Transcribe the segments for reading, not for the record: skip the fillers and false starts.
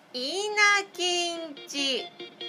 イナキンチ。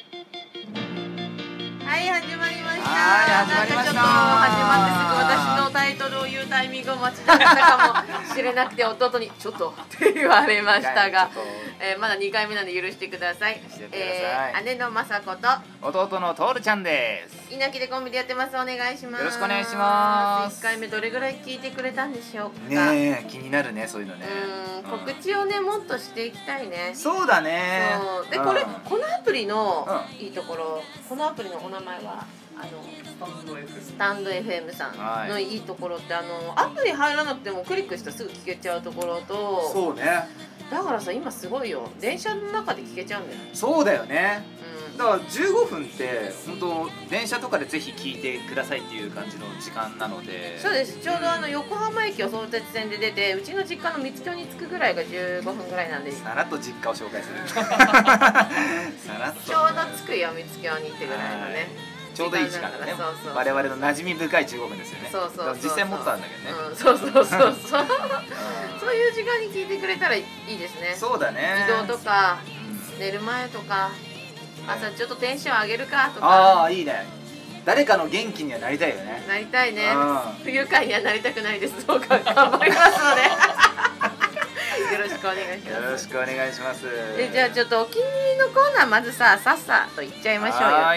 はい、始まりました。 はい、始まりました。 なんかちょっと始まってすぐ私のタイトルを言うタイミングを間違えたかもしれなくて、弟にちょっとって言われましたが、まだ2回目なんで許してください。姉の雅子と弟のトールちゃんです。 稲城でコンビでやってます。お願いします。 よろしくお願いします。 1回目どれぐらい聞いてくれたんでしょうか。 ねえ、気になるね、そういうのね。 告知をね、もっとしていきたいね。 そうだね。 そうで、このアプリのいいところ、このアプリのお名前はスタンド FM さんのいいところって、アプリ入らなくてもクリックしたらすぐ聞けちゃうところと、 そうね。 だからさ、今すごいよ、電車の中で聞けちゃうんだよ。 そうだよね。だから15分って本当電車とかでぜひ聞いてくださいっていう感じの時間なので。 そうです。ちょうど横浜駅を相鉄線で出て、うちの実家の三つ京に着くぐらいが15分ぐらいなんで、 さらっと実家を紹介する。さらっとちょうど着くよ、三つ京にってぐらいのね、 ちょうどいい時間だね。我々の馴染み深い15分ですよね。 そう実際持ってたんだけどね。 そうそういう時間に聞いてくれたらいいですね。 そうだね。 移動とか寝る前とか、朝ちょっとテンション上げるかとか。 ああ、いいね。誰かの元気にはなりたいよね。 なりたいね。不愉快にはなりたくないです。どうか頑張りますのでよろしくお願いします。 よろしくお願いします。 じゃあちょっとお気に入りのコーナー、まずさっさといっちゃいましょうよ。 はい。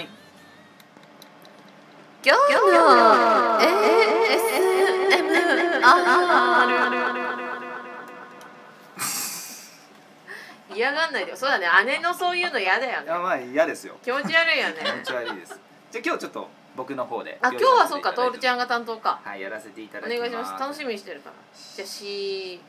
今日の ASMR。嫌がんないでよ。そうだね、姉のそういうの嫌だよね。 まあ嫌ですよ。 気持ち悪いよね。 気持ち悪いです。じゃあ今日ちょっと僕の方で。 今日はそうか、トールちゃんが担当か。 はい、やらせていただきます。 お願いします。楽しみにしてるから。じゃあ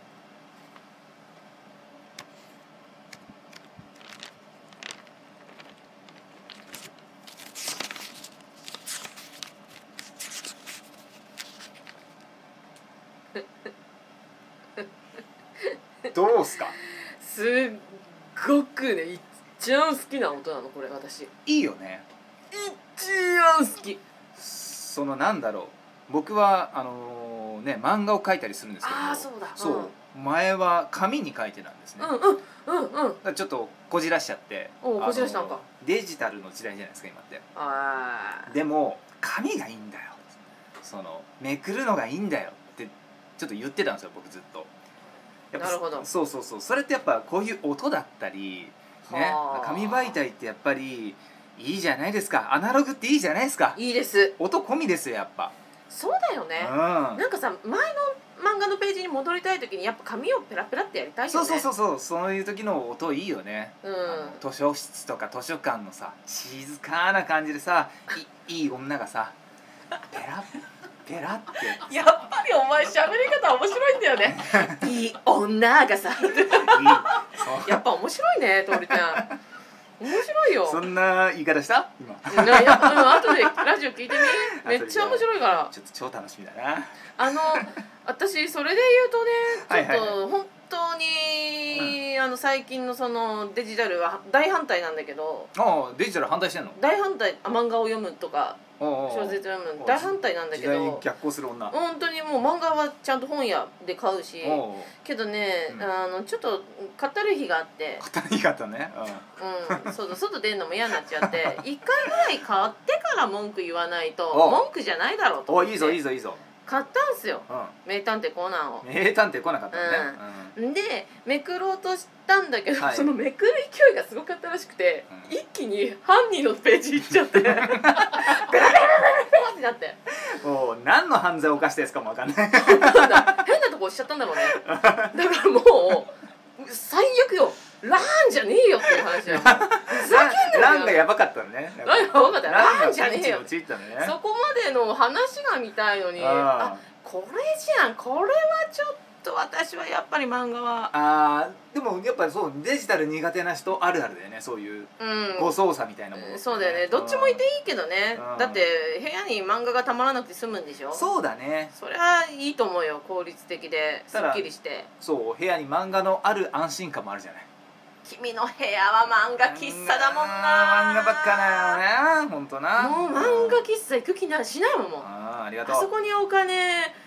どうすか。 すっごくね、一番好きな音なのこれ。私いいよね。 一番好き。 そのなんだろう、僕はね、漫画を描いたりするんですけども、 そうだ、 前は紙に描いてたんですね。ちょっとこじらしちゃって、 こじらしたのか。 デジタルの時代じゃないですか今って。でも紙がいいんだよ、そのめくるのがいいんだよってちょっと言ってたんですよ、僕ずっと。 なるほど。 そうそれってやっぱこういう音だったりね、紙媒体ってやっぱりいいじゃないですか。アナログっていいじゃないですか。 いいです。 音込みですよ、やっぱ。 そうだよね。なんかさ、前の漫画のページに戻りたい時にやっぱ紙をペラペラってやりたいよね。 そういう時の音いいよね。図書室とか図書館のさ、静かな感じでさ、いい女がさ、ペラってやっぱりお前喋り方面白いんだよね。いい女がさやっぱ面白いね、トールちゃん。面白いよ。 そんな言い方した今。 後でラジオ聞いてみ。めっちゃ面白いから。 ちょっと超楽しみだな。 私それで言うとね、ちょっと本当に最近のそのデジタルは大反対なんだけど。 デジタル反対してんの？ 大反対。漫画を読むとか小説読む大反対なんだけど、 時代に逆行する女。本当にもう漫画はちゃんと本屋で買うし、けどね、ちょっと語る日があって、 語る日があったね。 そうだ、外出るのも嫌になっちゃって、1回ぐらい買ってから文句言わないと文句じゃないだろうと思って。 いいぞいいぞいいぞ。 買ったんすよ、名探偵コナンを。 名探偵来なかったね。 でめくろうとしたんだけど、そのめくる勢いがすごかったらしくて、一気に犯人のページ行っちゃってベラベラベラベラってなって、 何の犯罪を犯したやつかもわかんない。 変なとこ押しちゃったんだろうね。だからもう最悪よ。ラーンじゃねえよっていう話よ。ふざけんなよ。 ランがやばかったのね。 ランがやばかった。ラーンじゃねえよ。そこまでの話が見たいのに、これじゃん。これはちょっと私はやっぱり漫画は。 でもやっぱりそう、デジタル苦手な人あるあるだよね、そういう誤操作みたいなもの。 そうだよね。どっちもいていいけどね。だって部屋に漫画がたまらなくて済むんでしょ。 そうだね。 それはいいと思うよ。効率的ですっきりして。 そう、部屋に漫画のある安心感もあるじゃない。 君の部屋は漫画喫茶だもんな。 漫画ばっかだよね、ほんとな。 もう漫画喫茶行く気しないもん。もうありがとう。 あそこにお金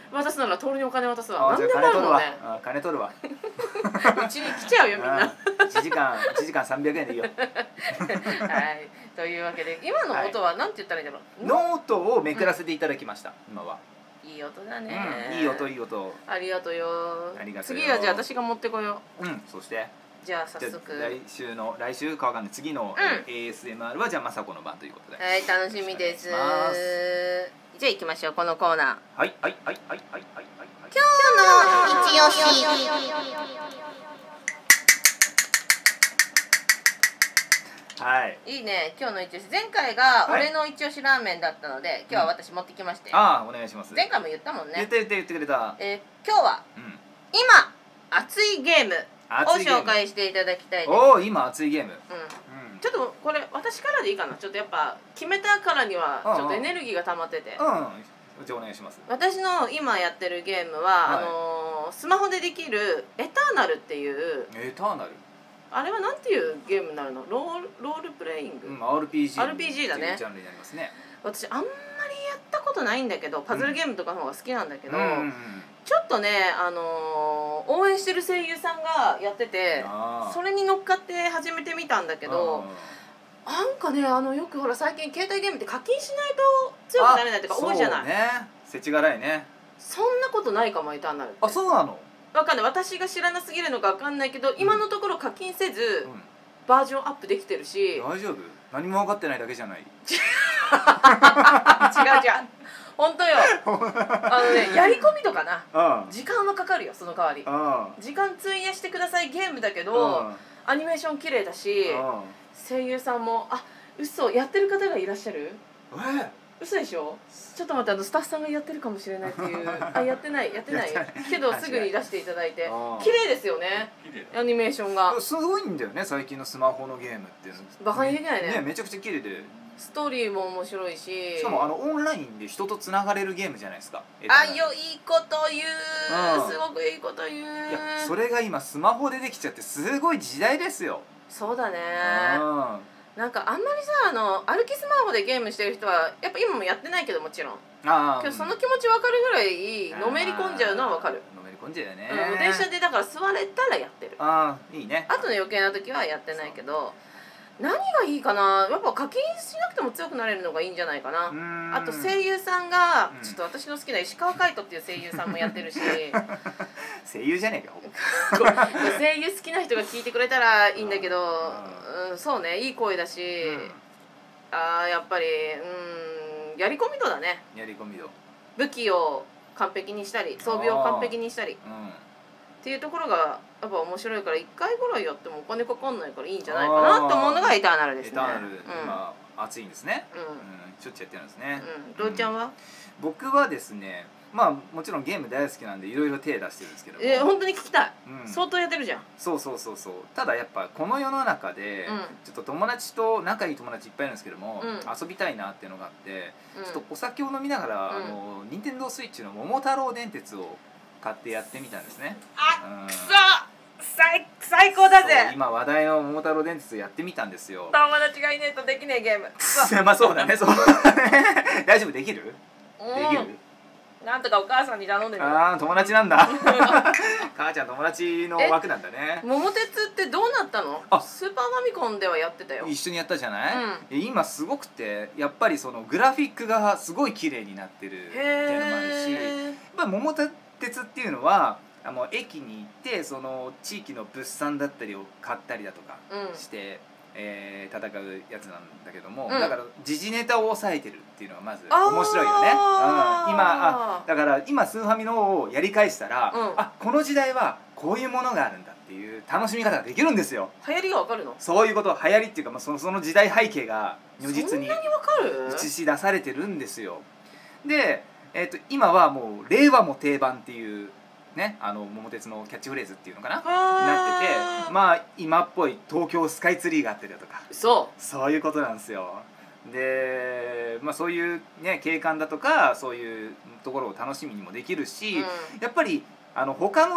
渡すなら徹にお金渡すわ。何でもあるもんね。 金取るわ。 うちに来ちゃうよみんな。 1時間300円でいいよ。 はい、というわけで今の音はなんて言ったらいいんだろう。 ノートをめくらせていただきました。今は。 いい音だね。 いい音いい音。 ありがとうよ。 ありがとう。 次はじゃあ私が持ってこよう。そして。 じゃあ早速。 来週かわかんない。次の ASMR はじゃあ雅子の番ということで。 はい、楽しみです。じゃあ行きましょうこのコーナー。 はい。 今日の一押し。 はい。 いいね。今日の一押し。前回が俺の一押しラーメンだったので、今日は私持ってきまして。 ああ、お願いします。 前回も言ったもんね。 言ってくれた。 今日は今熱いゲームを紹介していただきたいです。 おお、今熱いゲーム。 ちょっとこれ私からでいいかな。ちょっとやっぱ決めたからにはちょっとエネルギーが溜まってて。 じゃあお願いします。 私の今やってるゲームはスマホでできるエターナルっていう。 エターナル。 あれはなんていうゲームになるの？ロールプレイング。RPG だね。 ジャンルになりますね。 私あんまりやったことないんだけど、パズルゲームとかの方が好きなんだけど、ちょっとね応援してる声優さんがやってて、それに乗っかって始めてみたんだけど、なんかねよくほら最近携帯ゲームって課金しないと強くなれないとか多いじゃない。 そうね。世知辛いね。 そんなことないかもエターナルって。 あ、そうなの？ わかんない。私が知らなすぎるのかわかんないけど、今のところ課金せずバージョンアップできてるし。 大丈夫？何も分かってないだけじゃない。違う本当よ。やり込みとかな。時間はかかるよその代わり。時間費やしてくださいゲームだけど、アニメーション綺麗だし、声優さんも嘘やってる方がいらっしゃる？嘘でしょ？ちょっと待ってスタッフさんがやってるかもしれないっていう。やってないけどすぐに出していただいて綺麗ですよね。アニメーションがすごいんだよね最近のスマホのゲームって。 バカにできないね。 めちゃくちゃ綺麗で。 ストーリーも面白いし、 しかもオンラインで人とつながれるゲームじゃないですか。 いいこと言う。すごくいいこと言う。いやそれが今スマホでできちゃってすごい時代ですよ。 そうだね。なんかあんまりさ歩きスマホでゲームしてる人はやっぱ今もやってないけどもちろん。けどその気持ち分かるぐらいのめり込んじゃうのは分かる。 のめり込んじゃうよね。 電車でだから座れたらやってる。 いいね。 あとの余計な時はやってないけど。何がいいかな。やっぱ課金しなくても強くなれるのがいいんじゃないかな。あと声優さんがちょっと私の好きな石川海人っていう声優さんもやってるし。 声優じゃねえか。 声優好きな人が聞いてくれたらいいんだけど、そうねいい声だし、やっぱりやり込み度だね。 やり込み度。 武器を完璧にしたり装備を完璧にしたりっていうところがやっぱ面白いから1回ぐらいやってもお金かかんないからいいんじゃないかなと思うのがエターナルですね。 エターナル今熱いんですね。しょっちゅうやってるんですね。 どうちゃんは？ 僕はですねもちろんゲーム大好きなんでいろいろ手出してるんですけど本当に聞きたい。相当やってるじゃん。 そうただやっぱこの世の中でちょっと友達と仲いい友達いっぱいいるんですけども遊びたいなっていうのがあってちょっとお酒を飲みながら任天堂スイッチの桃太郎電鉄を買ってやってみたんですね。 くそ最高だぜ。 今話題の桃太郎電鉄やってみたんですよ。 友達がいねえとできねえゲーム。 そうだね大丈夫？できる？できる？ なんとかお母さんに頼んでる。 友達なんだ母ちゃん友達の枠なんだね。 桃鉄ってどうなったの？スーパーファミコンではやってたよ。 一緒にやったじゃない？今すごくてやっぱりそのグラフィックがすごい綺麗になってるっていうのもあるし、やっぱり桃鉄っていうのは駅に行ってその地域の物産だったりを買ったりだとかして、戦うやつなんだけども、だから時事ネタを抑えてるっていうのはまず面白いよね。だから今スーファミのをやり返したら、この時代はこういうものがあるんだっていう楽しみ方ができるんですよ。 流行りがわかるの？ そういうこと、流行りっていうか、その時代背景が如実にそんなにわかる？ 映し出されてるんですよ。で、今はもう令和も定番っていうね、桃鉄のキャッチフレーズっていうのかななってて、今っぽい東京スカイツリーがあったりだとか、そういうことなんですよ。で、そういうね景観だとかそういうところを楽しみにもできるし、やっぱり他のね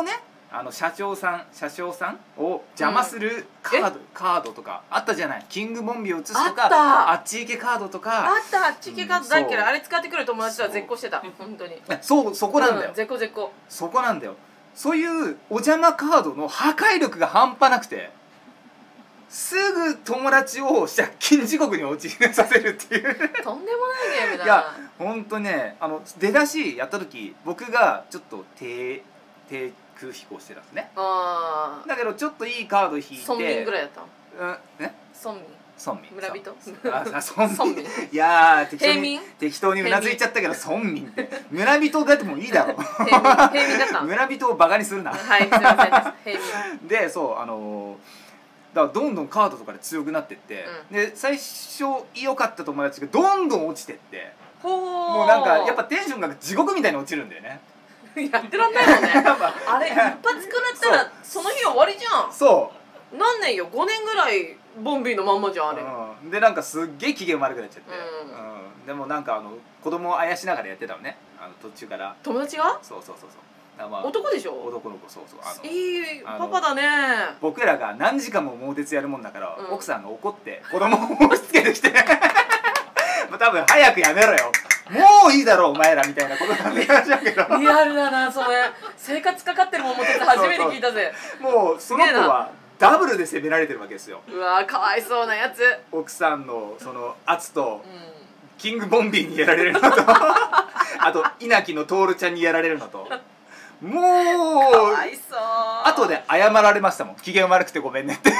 車掌さんを邪魔するカードとかあったじゃない。キングボンビーを移すとかあっち行けカードとかあったっち行けカードだっけ、あれ使ってくる友達とは絶好してた本当に。 そこなんだよ、 絶好そこなんだよ。そういうお邪魔カードの破壊力が半端なくて、すぐ友達を借金地獄に陥れさせるっていうとんでもないゲームだな。 いやほんとね、出だしやった時僕がちょっと低空飛行してたんですね。だけどちょっといいカード引いて、 村民ぐらいだった。 村民村人村民いや適当にうなずいちゃったけど、村民って村人だってもういいだろ平民だった村人をバカにするな。 はいすいませんです。平民でだからどんどんカードとかで強くなってって、で最初良かった友達がどんどん落ちてって、もうなんかやっぱテンションが地獄みたいに落ちるんだよね。 やってらんないもんねあれ一発食らったらその日終わりじゃん。 そう何年よ、5年ぐらいボンビーのまんまじゃんあれ。 でなんかすっげえ機嫌悪くなっちゃって、でもなんか子供をあやしながらやってたのね、途中から。 友達が？ そう男でしょ？ 男の子。そういいパパだね。 僕らが何時間も猛鉄やるもんだから、奥さんが怒って子供を押し付けてきて多分早くやめろよ、もういいだろお前らみたいなことなんでやっちゃうけどリアルだなそれ。生活かかってる桃鉄初めて聞いたぜ。 もうその子はダブルで責められてるわけですよ。 うわかわいそうなやつ。 奥さんのその圧と、キングボンビーにやられるのとあと稲城のトールちゃんにやられるのと、もうかわいそう。 後で謝られましたもん、機嫌悪くてごめんねって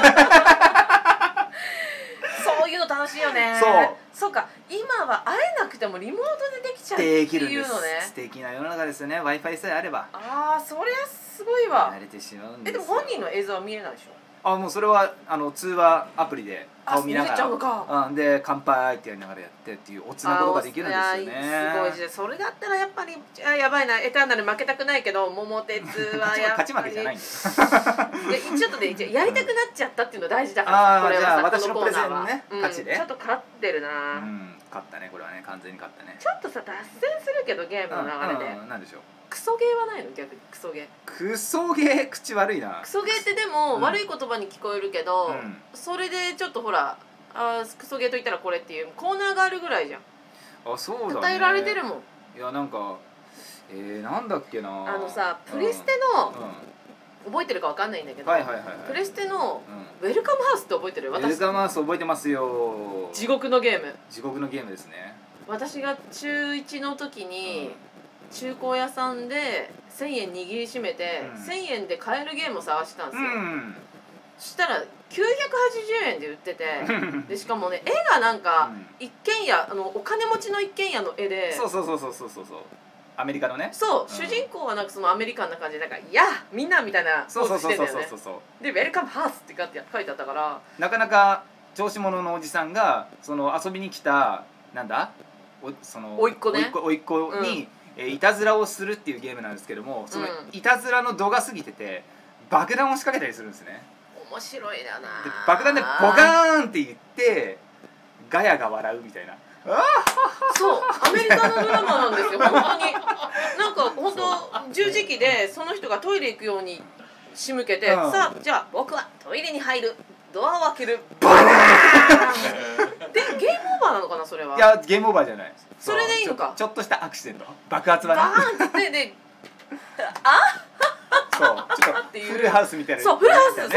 そういうの楽しいよね。そうか、今は会えなくてもリモートでできちゃうっていうのね。 素敵な世の中ですよね。 Wi-Fi さえあれば。 そりゃすごいわ。 慣れてしまうんですよ。 でも本人の映像は見えないでしょ？ もうそれは通話アプリで顔見ながら、 で乾杯ってやりながらやってっていうおつなことができるんですよね。 すごいじゃん。それだったらやっぱりやばいな。エターナル負けたくないけど桃鉄はやっぱり勝ち負けじゃないんだよちょっとねやりたくなっちゃったっていうの大事だから。これはじゃあ私のプレゼンのね勝ちでちょっと勝ってるな。 勝ったね、これはね、完全に勝ったね。 ちょっとさ脱線するけどゲームの流れで、 なんでしょう。 クソゲーはないの？逆にクソゲー。 クソゲー口悪いな。 クソゲーってでも悪い言葉に聞こえるけど、それでちょっとほらクソゲーと言ったらこれっていうコーナーがあるぐらいじゃん。 そうだね。 伝えられてるもん。 いやなんかなんだっけな。 さプレステの覚えてるかわかんないんだけど、プレステのウェルカムハウスって覚えてる？ ウェルカムハウス覚えてますよ。 地獄のゲーム。 地獄のゲームですね。 私が中1の時に中古屋さんで1000円握りしめて、1000円で買えるゲームを探してたんですよ。そしたら980円で売っててでしかもね絵がなんか一軒家お金持ちの一軒家の絵で、 そうアメリカのね。 そう、主人公はなんかそのアメリカンな感じでなんか「いやみんな」みたいなポーズしてんだよね。で「ウェルカムハウス」って書いてあったから、 なかなか調子者のおじさんがその遊びに来たなんだおいっ子ね、 おいっ子にいたずらをするっていうゲームなんですけども、そのいたずらの度が過ぎてて爆弾を仕掛けたりするんですね。 面白いだな。 爆弾でボカーンって言ってガヤが笑うみたいな。 そうアメリカのドラマなんですよ本当に。なんか本当十字キでその人がトイレ行くように仕向けて、さあじゃあ僕はトイレに入る、ドアを開ける、バーンでゲームオーバーなのかなそれは。 いやゲームオーバーじゃない。 それでいいのか。 ちょっとしたアクシデント、爆発はね。 バーンってでそうちょっとフルハウスみたいな。 そうフルハウス、そう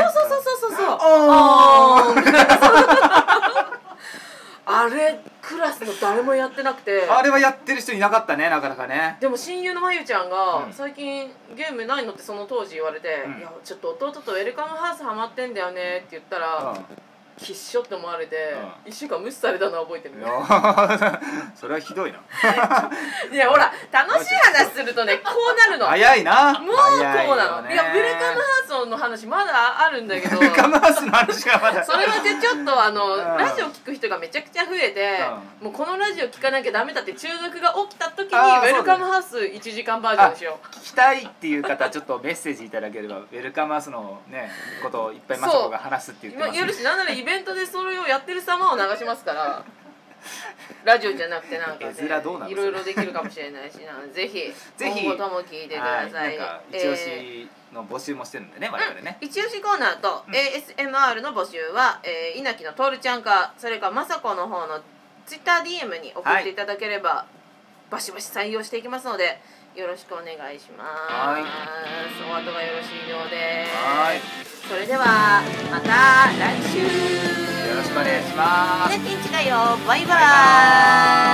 あれクラスの誰もやってなくて。 あれはやってる人いなかったね、なかなかね。 でも親友のまゆちゃんが最近ゲームないのってその当時言われて、いやちょっと弟とウェルカムハウスハマってんだよねって言ったら、きっしょって思われて1週間無視されたのは覚えてる。 それはひどいな。 いやほら楽しい話するとねこうなるの。 早いな。 もうこうなの。いやウェルカムハウスの話まだあるんだけど、 ウェルカムハウスの話がまだそれはでちょっとラジオ聞く人がめちゃくちゃ増えて、もうこのラジオ聞かなきゃダメだって中毒が起きた時にウェルカムハウス1時間バージョンにしよう。 聞きたいっていう方ちょっとメッセージいただければウェルカムハウスのねことをいっぱいマサコが話すって言ってます。 やるし、なんならイベントでそれをやってる様を流しますからラジオじゃなくてなんかね絵面どうなんですか、 いろいろできるかもしれないしなぜひ今後とも聞いてください。 なんか一押しの募集もしてるんでね、我々ね。 一押しコーナーと ASMR の募集は稲城のトールちゃんかそれからまさこの方の TwitterDM に送っていただければ、バシバシ採用していきますのでよろしくお願いします。お後がよろしいようです。それではまた来週よろしくお願いします。 ピンチだよ。バイバーイ。